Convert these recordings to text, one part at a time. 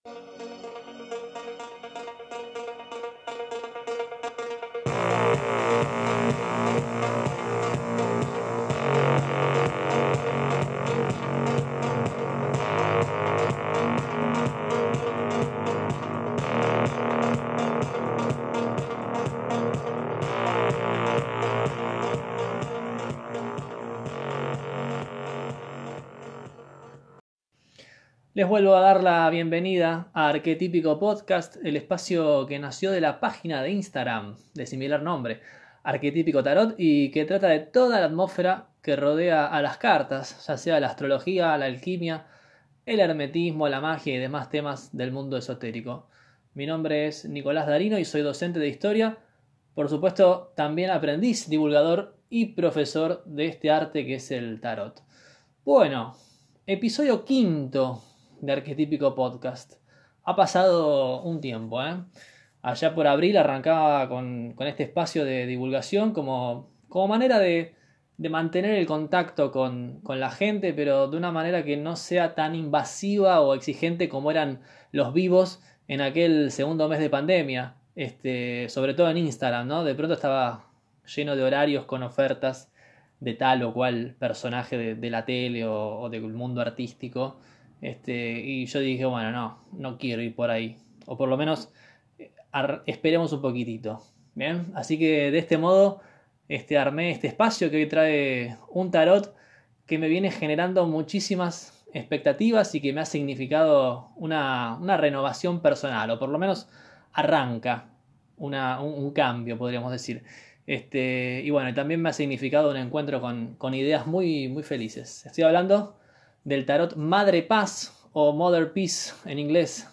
Les vuelvo a dar la bienvenida a Arquetípico Podcast, el espacio que nació de la página de Instagram de similar nombre, Arquetípico Tarot, y que trata de toda la atmósfera que rodea a las cartas, ya sea la astrología, la alquimia, el hermetismo, la magia y demás temas del mundo esotérico. Mi nombre es Nicolás Darino y soy docente de historia, por supuesto también aprendiz, divulgador y profesor de este arte que es el tarot. Bueno, episodio quinto de Arquetípico Podcast. Ha pasado un tiempo, Allá por abril arrancaba con este espacio de divulgación como manera de mantener el contacto con la gente, pero de una manera que no sea tan invasiva o exigente como eran los vivos en aquel segundo mes de pandemia. Sobre todo en Instagram, ¿no? De pronto estaba lleno de horarios con ofertas de tal o cual personaje de la tele o del mundo artístico. Y yo dije, bueno, no quiero ir por ahí. O por lo menos esperemos un poquitito. Bien, así que de este modo armé este espacio que hoy trae un tarot que me viene generando muchísimas expectativas y que me ha significado una renovación personal, o por lo menos arranca un cambio, podríamos decir. Y bueno, también me ha significado un encuentro con ideas muy, muy felices. Estoy hablando del tarot Madre Paz o Mother Peace en inglés.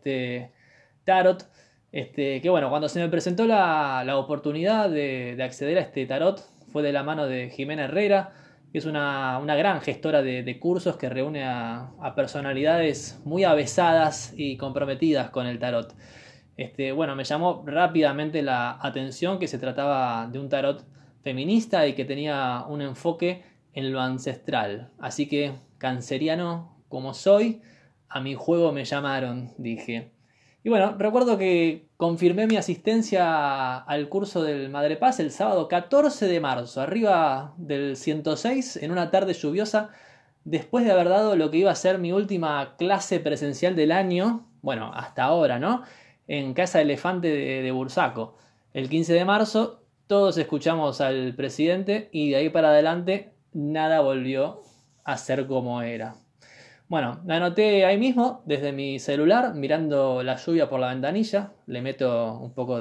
Tarot, que bueno, cuando se me presentó la oportunidad de acceder a este tarot fue de la mano de Jimena Herrera, que es una gran gestora de cursos que reúne a personalidades muy avesadas y comprometidas con el tarot. Bueno, me llamó rápidamente la atención que se trataba de un tarot feminista y que tenía un enfoque en lo ancestral. Así que, canceriano como soy, a mi juego me llamaron, dije. Y bueno, recuerdo que confirmé mi asistencia al curso del Madre Paz el sábado 14 de marzo, arriba del 106, en una tarde lluviosa, después de haber dado lo que iba a ser mi última clase presencial del año, bueno, hasta ahora, ¿no? En Casa Elefante de Bursaco. El 15 de marzo todos escuchamos al presidente y de ahí para adelante nada volvió a ser como era. Bueno, me anoté ahí mismo desde mi celular mirando la lluvia por la ventanilla, le meto un poco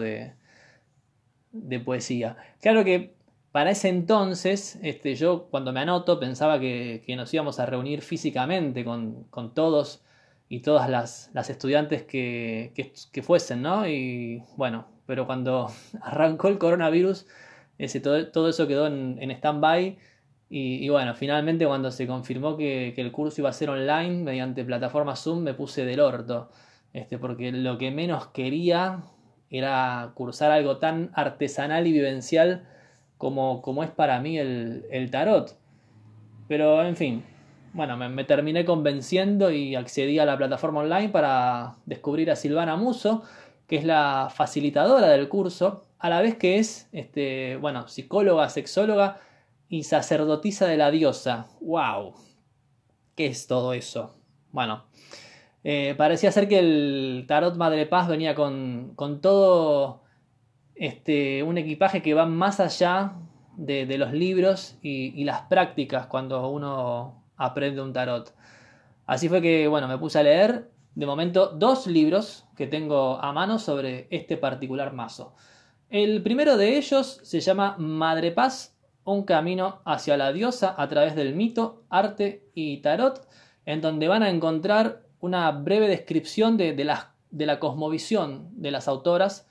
de poesía. Claro que para ese entonces, yo cuando me anoto pensaba que nos íbamos a reunir físicamente con todos y todas las estudiantes que fuesen, ¿no? Y bueno, pero cuando arrancó el coronavirus, todo eso quedó en stand-by. Y bueno, finalmente cuando se confirmó que el curso iba a ser online mediante plataforma Zoom, me puse del orto. Porque lo que menos quería era cursar algo tan artesanal y vivencial como es para mí el tarot. Pero en fin, bueno, me terminé convenciendo y accedí a la plataforma online para descubrir a Silvana Musso, que es la facilitadora del curso, a la vez que es bueno, psicóloga, sexóloga y sacerdotisa de la diosa. ¡Wow! ¿Qué es todo eso? Bueno, parecía ser que el tarot Madre Paz venía con todo un equipaje que va más allá de los libros y las prácticas cuando uno aprende un tarot. Así fue que, bueno, me puse a leer, de momento, 2 libros que tengo a mano sobre este particular mazo. El primero de ellos se llama Madre Paz, un camino hacia la diosa a través del mito, arte y tarot, en donde van a encontrar una breve descripción de la cosmovisión de las autoras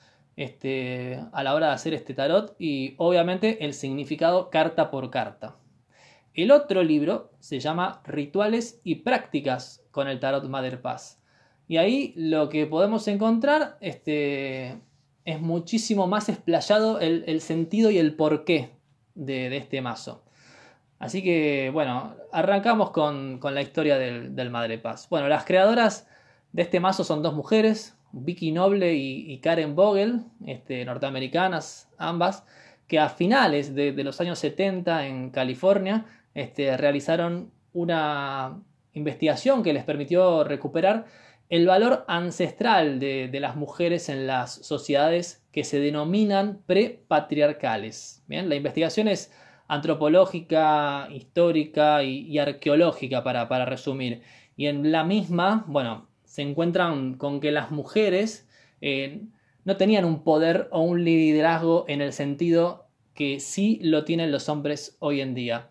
a la hora de hacer este tarot y obviamente el significado carta por carta. El otro libro se llama Rituales y prácticas con el tarot Madre Paz. Y ahí lo que podemos encontrar es muchísimo más explayado el sentido y el porqué de este mazo. Así que bueno, arrancamos con la historia del Madre Paz. Bueno, las creadoras De este mazo son dos mujeres, Vicky Noble y Karen Vogel, norteamericanas ambas, que a finales de los años 70 en California realizaron una investigación que les permitió recuperar el valor ancestral de las mujeres en las sociedades que se denominan prepatriarcales. Bien, la investigación es antropológica, histórica y arqueológica para resumir. Y en la misma, bueno, se encuentran con que las mujeres no tenían un poder o un liderazgo en el sentido que sí lo tienen los hombres hoy en día.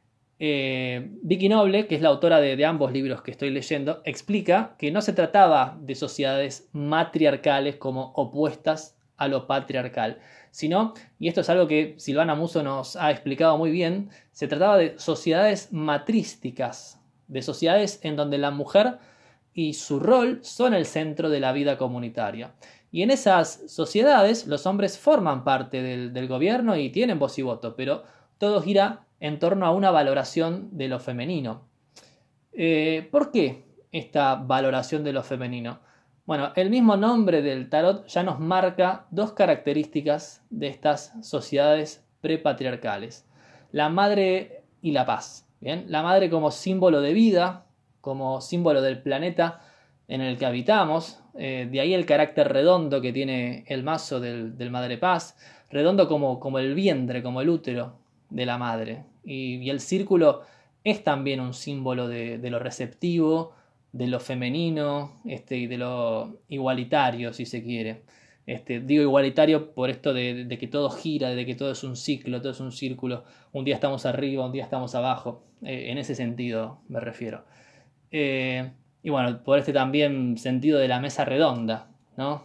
Vicky Noble, que es la autora de ambos libros que estoy leyendo, explica que no se trataba de sociedades matriarcales como opuestas a lo patriarcal, sino, y esto es algo que Silvana Musso nos ha explicado muy bien, se trataba de sociedades matrísticas, de sociedades en donde la mujer y su rol son el centro de la vida comunitaria. Y en esas sociedades los hombres forman parte del gobierno y tienen voz y voto, pero todo gira en torno a una valoración de lo femenino. ¿Por qué esta valoración de lo femenino? Bueno, el mismo nombre del tarot ya nos marca dos características de estas sociedades prepatriarcales: la madre y la paz. ¿Bien? La madre como símbolo de vida, como símbolo del planeta en el que habitamos, de ahí el carácter redondo que tiene el mazo del Madre Paz, redondo como el vientre, como el útero de la madre, y el círculo es también un símbolo de lo receptivo, de lo femenino y de lo igualitario, si se quiere. Digo igualitario por esto de que todo gira, de que todo es un ciclo, todo es un círculo, un día estamos arriba, un día estamos abajo, en ese sentido me refiero. Y bueno, por también sentido de la mesa redonda, ¿no?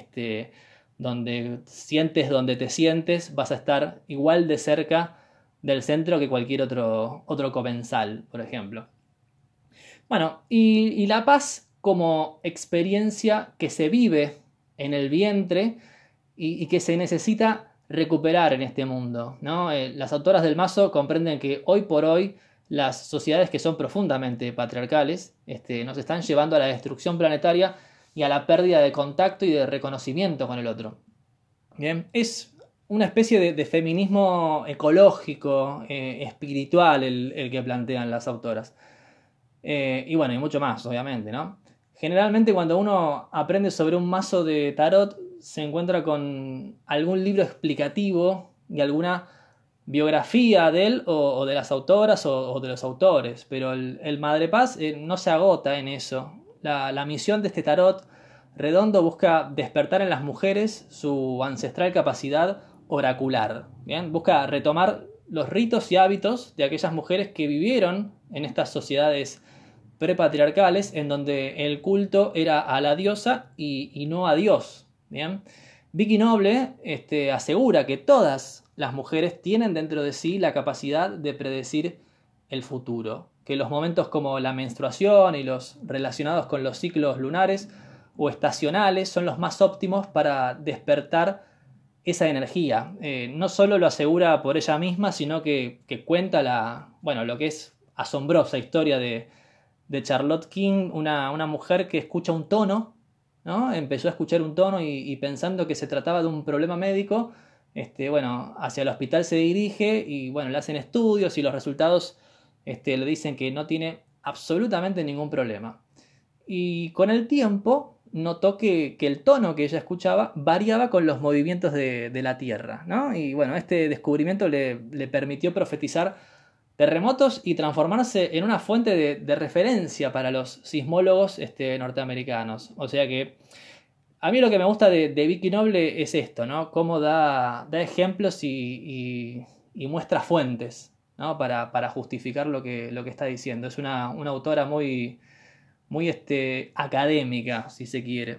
Donde donde te sientes, vas a estar igual de cerca del centro que cualquier otro comensal, por ejemplo. Bueno, y la paz como experiencia que se vive en el vientre y que se necesita recuperar en este mundo, ¿no? Las autoras del mazo comprenden que hoy por hoy las sociedades que son profundamente patriarcales nos están llevando a la destrucción planetaria y a la pérdida de contacto y de reconocimiento con el otro. Bien, es una especie de feminismo ecológico, espiritual, el que plantean las autoras. Y bueno, y mucho más, obviamente, ¿no? Generalmente cuando uno aprende sobre un mazo de tarot se encuentra con algún libro explicativo y alguna biografía de él o de las autoras o de los autores, pero el Madre Paz no se agota en eso. La misión de este tarot redondo busca despertar en las mujeres su ancestral capacidad oracular. ¿Bien? Busca retomar los ritos y hábitos de aquellas mujeres que vivieron en estas sociedades prepatriarcales en donde el culto era a la diosa y no a Dios. ¿Bien? Vicky Noble asegura que todas las mujeres tienen dentro de sí la capacidad de predecir el futuro, que los momentos como la menstruación y los relacionados con los ciclos lunares o estacionales son los más óptimos para despertar esa energía. No solo lo asegura por ella misma, sino que cuenta lo que es asombrosa historia de Charlotte King, una mujer que escucha un tono, ¿no? Empezó a escuchar un tono y pensando que se trataba de un problema médico, hacia el hospital se dirige y le hacen estudios y los resultados le dicen que no tiene absolutamente ningún problema. Y con el tiempo notó que el tono que ella escuchaba variaba con los movimientos de la Tierra, ¿no? Y este descubrimiento le permitió profetizar terremotos y transformarse en una fuente de referencia para los sismólogos norteamericanos. O sea que a mí lo que me gusta de Vicky Noble es esto, ¿no? Cómo da ejemplos y muestra fuentes, ¿no? Para justificar lo que está diciendo. Es una autora muy académica, si se quiere.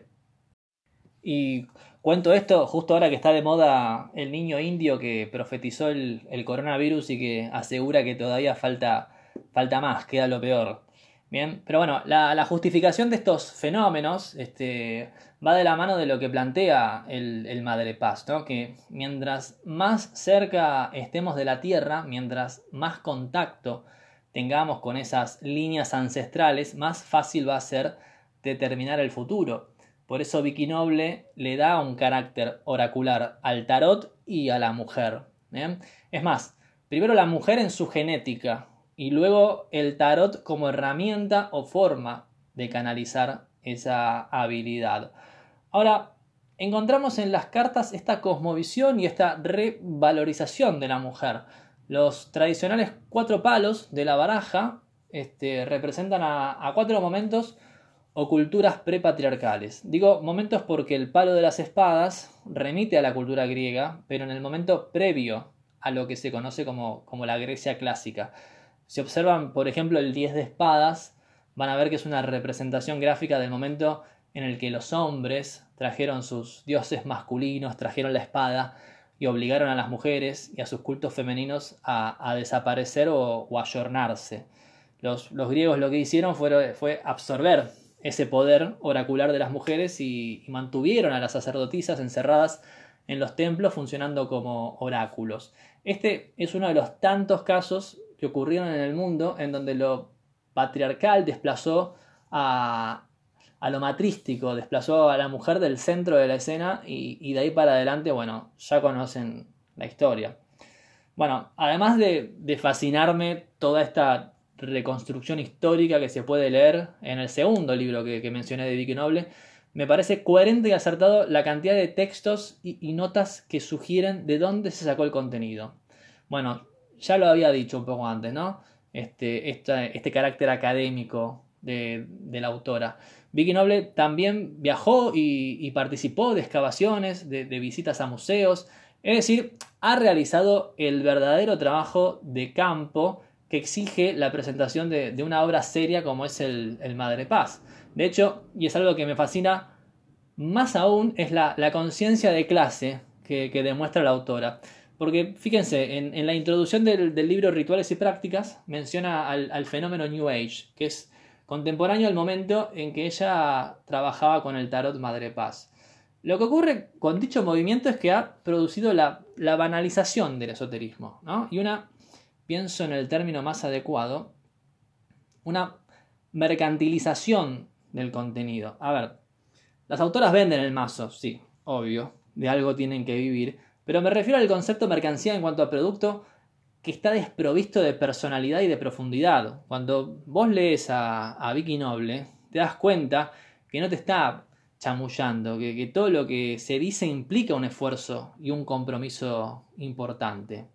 Y cuento esto justo ahora que está de moda el niño indio que profetizó el coronavirus y que asegura que todavía falta más, queda lo peor. Bien, pero bueno, la justificación de estos fenómenos va de la mano de lo que plantea el Madre Paz, ¿no? Que mientras más cerca estemos de la Tierra, mientras más contacto tengamos con esas líneas ancestrales, más fácil va a ser determinar el futuro. Por eso Vicky Noble le da un carácter oracular al tarot y a la mujer. Es más, primero la mujer en su genética y luego el tarot como herramienta o forma de canalizar esa habilidad. Ahora, encontramos en las cartas esta cosmovisión y esta revalorización de la mujer. Los tradicionales 4 palos de la baraja representan a 4 momentos o culturas prepatriarcales. Digo momentos porque el palo de las espadas remite a la cultura griega, pero en el momento previo a lo que se conoce como la Grecia clásica. Si observan, por ejemplo, el 10 de espadas, van a ver que es una representación gráfica del momento en el que los hombres trajeron sus dioses masculinos, trajeron la espada y obligaron a las mujeres y a sus cultos femeninos a desaparecer o ayornarse. Los griegos lo que hicieron fue absorber ese poder oracular de las mujeres y mantuvieron a las sacerdotisas encerradas en los templos funcionando como oráculos. Este es uno de los tantos casos que ocurrieron en el mundo en donde lo patriarcal desplazó a lo matrístico, desplazó a la mujer del centro de la escena y de ahí para adelante, bueno, ya conocen la historia. Bueno, además de fascinarme toda esta reconstrucción histórica que se puede leer en el segundo libro que mencioné de Vicky Noble, me parece coherente y acertado la cantidad de textos y notas que sugieren de dónde se sacó el contenido. Bueno, ya lo había dicho un poco antes, ¿no? Este carácter académico de la autora. Vicky Noble también viajó y participó de excavaciones, de visitas a museos, es decir, ha realizado el verdadero trabajo de campo que exige la presentación de una obra seria como es el Madre Paz. De hecho, y es algo que me fascina más aún, es la conciencia de clase que demuestra la autora. Porque fíjense, en la introducción del libro Rituales y Prácticas menciona al fenómeno New Age, que es contemporáneo al momento en que ella trabajaba con el tarot Madre Paz. Lo que ocurre con dicho movimiento es que ha producido la banalización del esoterismo, ¿no? Y pienso en el término más adecuado, una mercantilización del contenido. A ver, las autoras venden el mazo, sí, obvio, de algo tienen que vivir, pero me refiero al concepto mercancía en cuanto a producto que está desprovisto de personalidad y de profundidad. Cuando vos lees a Vicky Noble, te das cuenta que no te está chamullando, que todo lo que se dice implica un esfuerzo y un compromiso importante.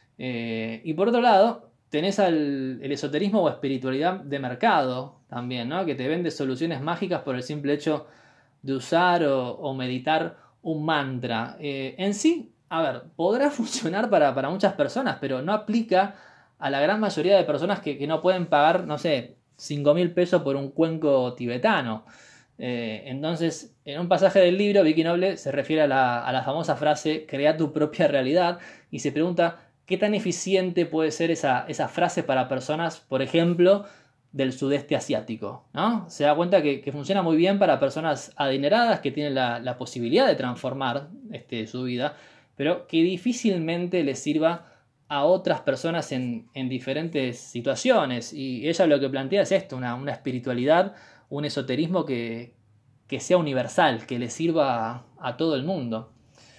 Y por otro lado, tenés el esoterismo o espiritualidad de mercado también, ¿no? Que te vende soluciones mágicas por el simple hecho de usar o meditar un mantra. En sí, a ver, podrá funcionar para muchas personas, pero no aplica a la gran mayoría de personas que no pueden pagar, no sé, 5.000 pesos por un cuenco tibetano. Entonces, en un pasaje del libro, Vicky Noble se refiere a la famosa frase crea tu propia realidad y se pregunta qué tan eficiente puede ser esa frase para personas, por ejemplo, del sudeste asiático, ¿no? Se da cuenta que funciona muy bien para personas adineradas que tienen la posibilidad de transformar su vida, pero que difícilmente les sirva a otras personas en diferentes situaciones. Y ella lo que plantea es esto, una espiritualidad, un esoterismo que sea universal, que le sirva a todo el mundo.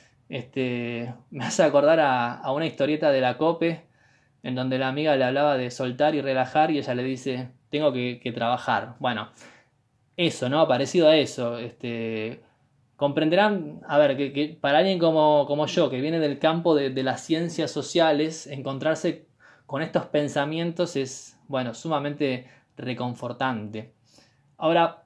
Me hace acordar a una historieta de la COPE en donde la amiga le hablaba de soltar y relajar y ella le dice, tengo que trabajar. Bueno, eso, ¿no? Parecido a eso. Comprenderán, a ver, que para alguien como yo, que viene del campo de las ciencias sociales, encontrarse con estos pensamientos es, bueno, sumamente reconfortante. Ahora,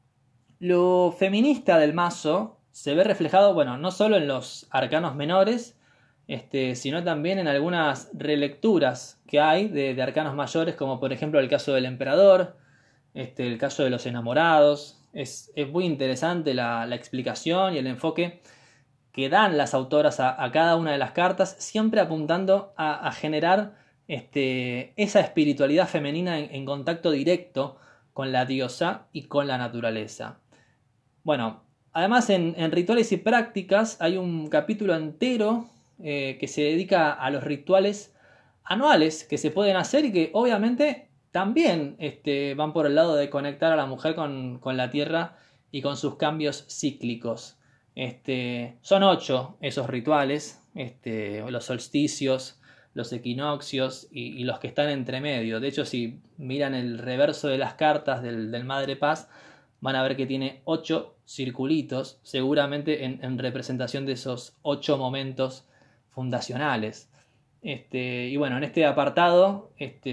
lo feminista del mazo se ve reflejado, bueno, no solo en los arcanos menores, sino también en algunas relecturas que hay de arcanos mayores, como por ejemplo el caso del emperador, el caso de los enamorados. Es muy interesante la explicación y el enfoque que dan las autoras a cada una de las cartas, siempre apuntando a generar esa espiritualidad femenina en contacto directo con la diosa y con la naturaleza. Bueno, además en Rituales y Prácticas hay un capítulo entero que se dedica a los rituales anuales que se pueden hacer y que obviamente también van por el lado de conectar a la mujer con la tierra y con sus cambios cíclicos. Son 8 esos rituales, los solsticios, los equinoccios y los que están entre medio. De hecho, si miran el reverso de las cartas del Madre Paz, van a ver que tiene 8 circulitos, seguramente en representación de esos 8 momentos fundacionales. Y bueno, en este apartado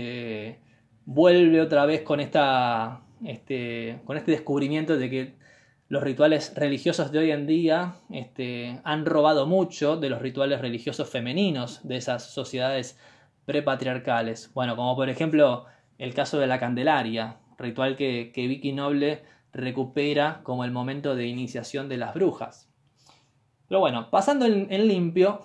vuelve otra vez con con este descubrimiento de que los rituales religiosos de hoy en día han robado mucho de los rituales religiosos femeninos de esas sociedades prepatriarcales. Bueno, como por ejemplo el caso de la Candelaria, ritual que Vicky Noble recupera como el momento de iniciación de las brujas. Pero bueno, pasando en limpio,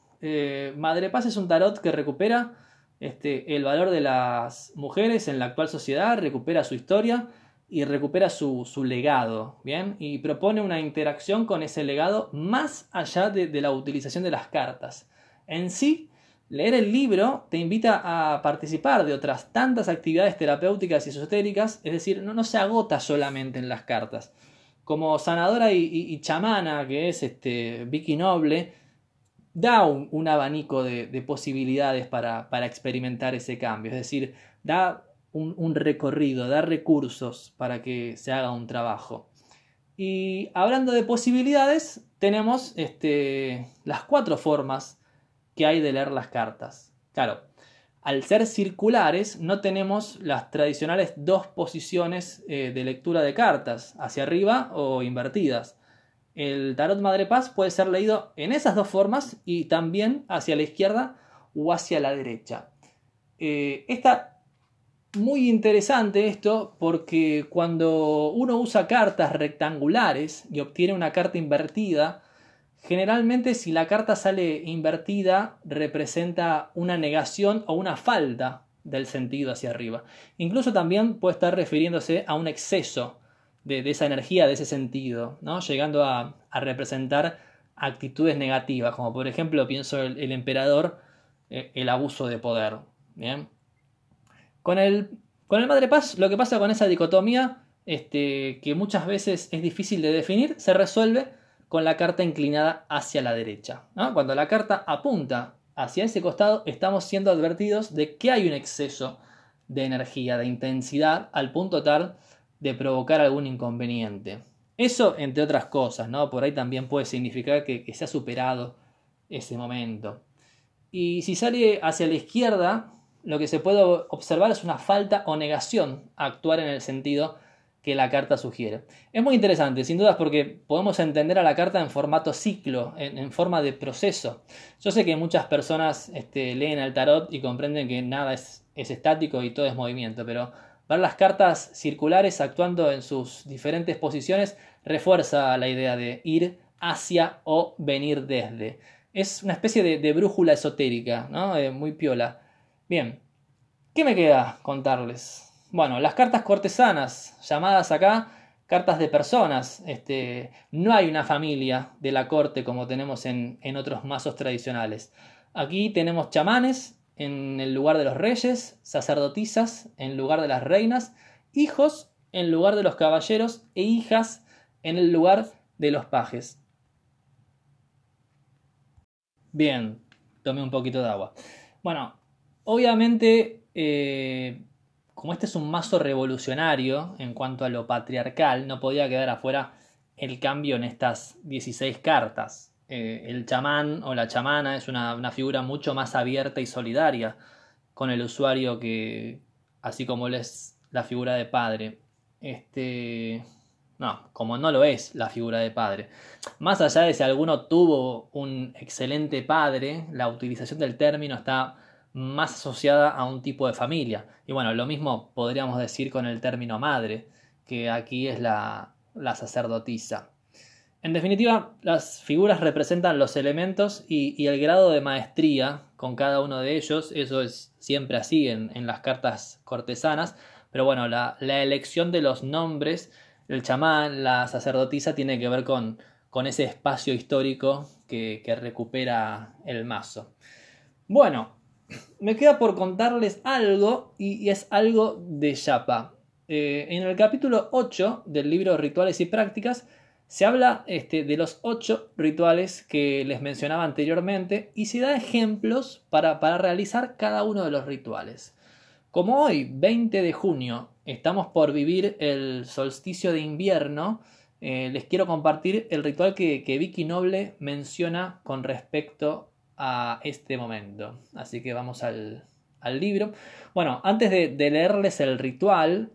Madre Paz es un tarot que recupera el valor de las mujeres en la actual sociedad, recupera su historia y recupera su legado, ¿bien? Y propone una interacción con ese legado más allá de la utilización de las cartas. En sí, leer el libro te invita a participar de otras tantas actividades terapéuticas y esotéricas, es decir, no se agota solamente en las cartas. Como sanadora y chamana que es Vicky Noble, da un abanico de posibilidades para experimentar ese cambio, es decir, da un recorrido, da recursos para que se haga un trabajo. Y hablando de posibilidades, tenemos las 4 formas que hay de leer las cartas. Claro, al ser circulares no tenemos las tradicionales 2 posiciones de lectura de cartas, hacia arriba o invertidas. El tarot Madre Paz puede ser leído en esas 2 formas y también hacia la izquierda o hacia la derecha. Está muy interesante esto porque cuando uno usa cartas rectangulares y obtiene una carta invertida, generalmente si la carta sale invertida representa una negación o una falta del sentido hacia arriba. Incluso también puede estar refiriéndose a un exceso de esa energía, de ese sentido, ¿no? Llegando a representar actitudes negativas, como por ejemplo pienso el emperador, el abuso de poder. ¿Bien? Con el Madre Paz lo que pasa con esa dicotomía, que muchas veces es difícil de definir, se resuelve con la carta inclinada hacia la derecha, ¿no? Cuando la carta apunta hacia ese costado, estamos siendo advertidos de que hay un exceso de energía, de intensidad, al punto tal de provocar algún inconveniente. Eso, entre otras cosas, ¿no? Por ahí también puede significar que se ha superado ese momento. Y si sale hacia la izquierda, lo que se puede observar es una falta o negación a actuar en el sentido que la carta sugiere. Es muy interesante, sin dudas, porque podemos entender a la carta en formato ciclo, en forma de proceso. Yo sé que muchas personas leen el tarot y comprenden que nada es estático y todo es movimiento, pero ver las cartas circulares actuando en sus diferentes posiciones refuerza la idea de ir hacia o venir desde. Es una especie de brújula esotérica, ¿no? Muy piola. Bien, ¿qué me queda contarles? Bueno, las cartas cortesanas, llamadas acá cartas de personas. No hay una familia de la corte como tenemos en otros mazos tradicionales. Aquí tenemos chamanes en el lugar de los reyes, sacerdotisas en lugar de las reinas, hijos en lugar de los caballeros e hijas en el lugar de los pajes. Bien, tomé un poquito de agua. Bueno, obviamente, como este es un mazo revolucionario en cuanto a lo patriarcal, no podía quedar afuera el cambio en estas 16 cartas. El chamán o la chamana es una figura mucho más abierta y solidaria con el usuario que, así como lo es la figura de padre. No, como no lo es la figura de padre. Más allá de si alguno tuvo un excelente padre, la utilización del término está más asociada a un tipo de familia. Y bueno, lo mismo podríamos decir con el término madre, que aquí es la sacerdotisa. En definitiva, las figuras representan los elementos y el grado de maestría con cada uno de ellos. Eso es siempre así en las cartas cortesanas. Pero bueno, la elección de los nombres, el chamán, la sacerdotisa, tiene que ver con ese espacio histórico que recupera el mazo. Bueno, me queda por contarles algo y es algo de Yapa. En el capítulo 8 del libro Rituales y Prácticas se habla de los 8 rituales que les mencionaba anteriormente y se da ejemplos para realizar cada uno de los rituales. Como hoy, 20 de junio, estamos por vivir el solsticio de invierno, les quiero compartir el ritual que Vicky Noble menciona con respecto a este momento. Así que vamos al libro. Bueno, antes de leerles el ritual,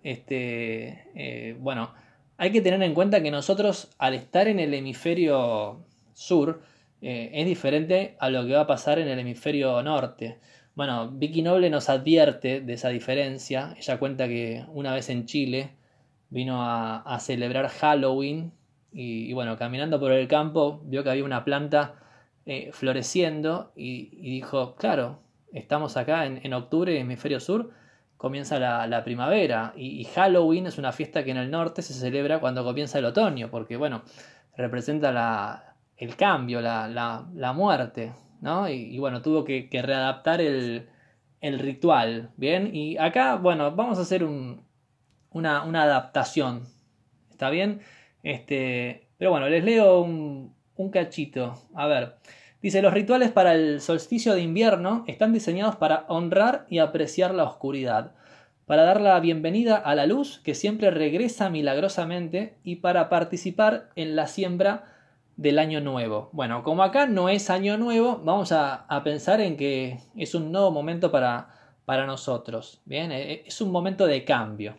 bueno, hay que tener en cuenta que nosotros, al estar en el hemisferio sur, es diferente a lo que va a pasar en el hemisferio norte. Bueno, Vicky Noble nos advierte de esa diferencia. Ella cuenta que una vez en Chile vino a celebrar Halloween y bueno, caminando por el campo vio que había una planta floreciendo y dijo, claro, estamos acá en octubre, hemisferio sur, comienza la primavera y Halloween es una fiesta que en el norte se celebra cuando comienza el otoño, porque bueno, representa el cambio, la muerte, ¿no? Y bueno, tuvo que readaptar el ritual, ¿bien? Y acá, bueno, vamos a hacer una adaptación, ¿está bien? Pero bueno, les leo un cachito, a ver. Dice, los rituales para el solsticio de invierno están diseñados para honrar y apreciar la oscuridad, para dar la bienvenida a la luz que siempre regresa milagrosamente y para participar en la siembra del año nuevo. Bueno, como acá no es año nuevo, vamos a pensar en que es un nuevo momento para nosotros. Bien, es un momento de cambio.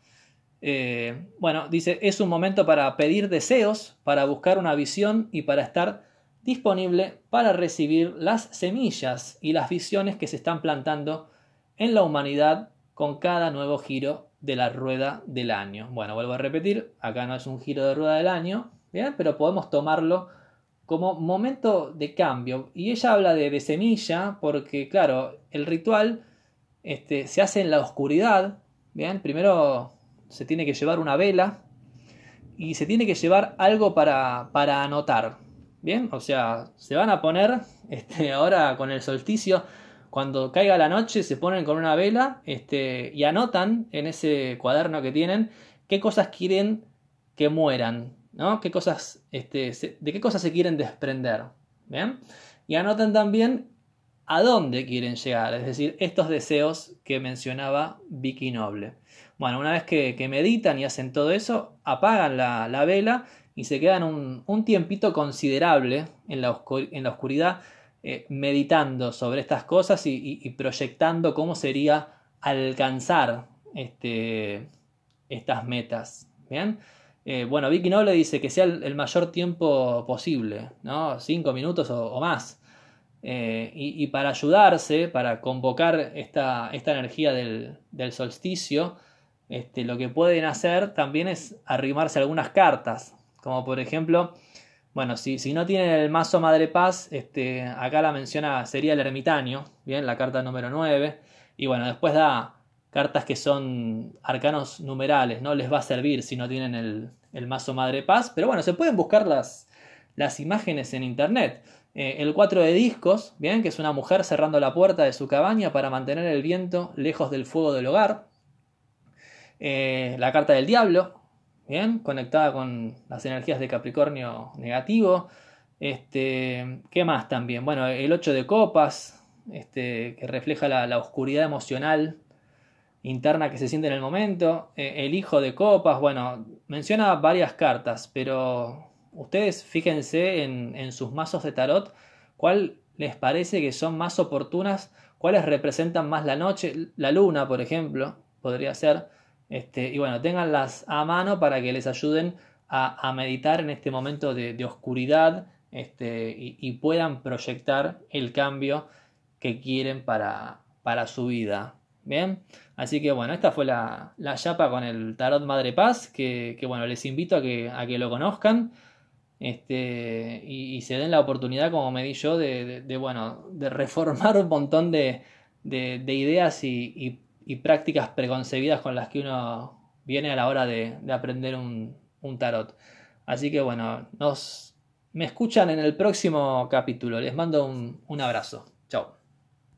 Bueno, dice, es un momento para pedir deseos, para buscar una visión y para estar disponible para recibir las semillas y las visiones que se están plantando en la humanidad con cada nuevo giro de la rueda del año. Bueno, vuelvo a repetir, acá no es un giro de rueda del año, ¿bien? Pero podemos tomarlo como momento de cambio. Y ella habla de semilla porque, claro, el ritual se hace en la oscuridad, ¿bien? Primero se tiene que llevar una vela y se tiene que llevar algo para anotar. Bien, o sea, se van a poner ahora con el solsticio, cuando caiga la noche, se ponen con una vela y anotan en ese cuaderno que tienen qué cosas quieren que mueran, ¿no? ¿Qué cosas, de qué cosas se quieren desprender? ¿Bien? Y anotan también a dónde quieren llegar, es decir, estos deseos que mencionaba Vicky Noble. Bueno, una vez que meditan y hacen todo eso, apagan la vela y se quedan un tiempito considerable en la oscuridad meditando sobre estas cosas y proyectando cómo sería alcanzar estas metas. ¿Bien? Bueno, Vicky Noble dice que sea el mayor tiempo posible, ¿no? 5 minutos o más. Y para ayudarse, para convocar esta energía del solsticio, lo que pueden hacer también es arrimarse algunas cartas, como por ejemplo, bueno, si no tienen el mazo Madre Paz, acá la menciona, sería el ermitaño, bien, la carta número 9, y bueno, después da cartas que son arcanos numerales, no les va a servir si no tienen el mazo Madre Paz, pero bueno, se pueden buscar las imágenes en internet. El 4 de discos, bien, que es una mujer cerrando la puerta de su cabaña para mantener el viento lejos del fuego del hogar. La carta del diablo, bien, conectada con las energías de Capricornio negativo. ¿Qué más también? Bueno, el 8 de copas, que refleja la oscuridad emocional interna que se siente en el momento. El hijo de copas, bueno, menciona varias cartas, pero ustedes fíjense en sus mazos de tarot, cuál les parece que son más oportunas, cuáles representan más la noche, la luna, por ejemplo, podría ser. Y bueno, ténganlas a mano para que les ayuden a meditar en este momento de oscuridad y puedan proyectar el cambio que quieren para su vida. Bien, así que bueno, esta fue la chapa con el Tarot Madre Paz, que bueno, les invito a que lo conozcan y se den la oportunidad, como me di yo, bueno, de reformar un montón de ideas y prácticas preconcebidas con las que uno viene a la hora de aprender un tarot. Así que bueno, me escuchan en el próximo capítulo. Les mando un abrazo. Chao.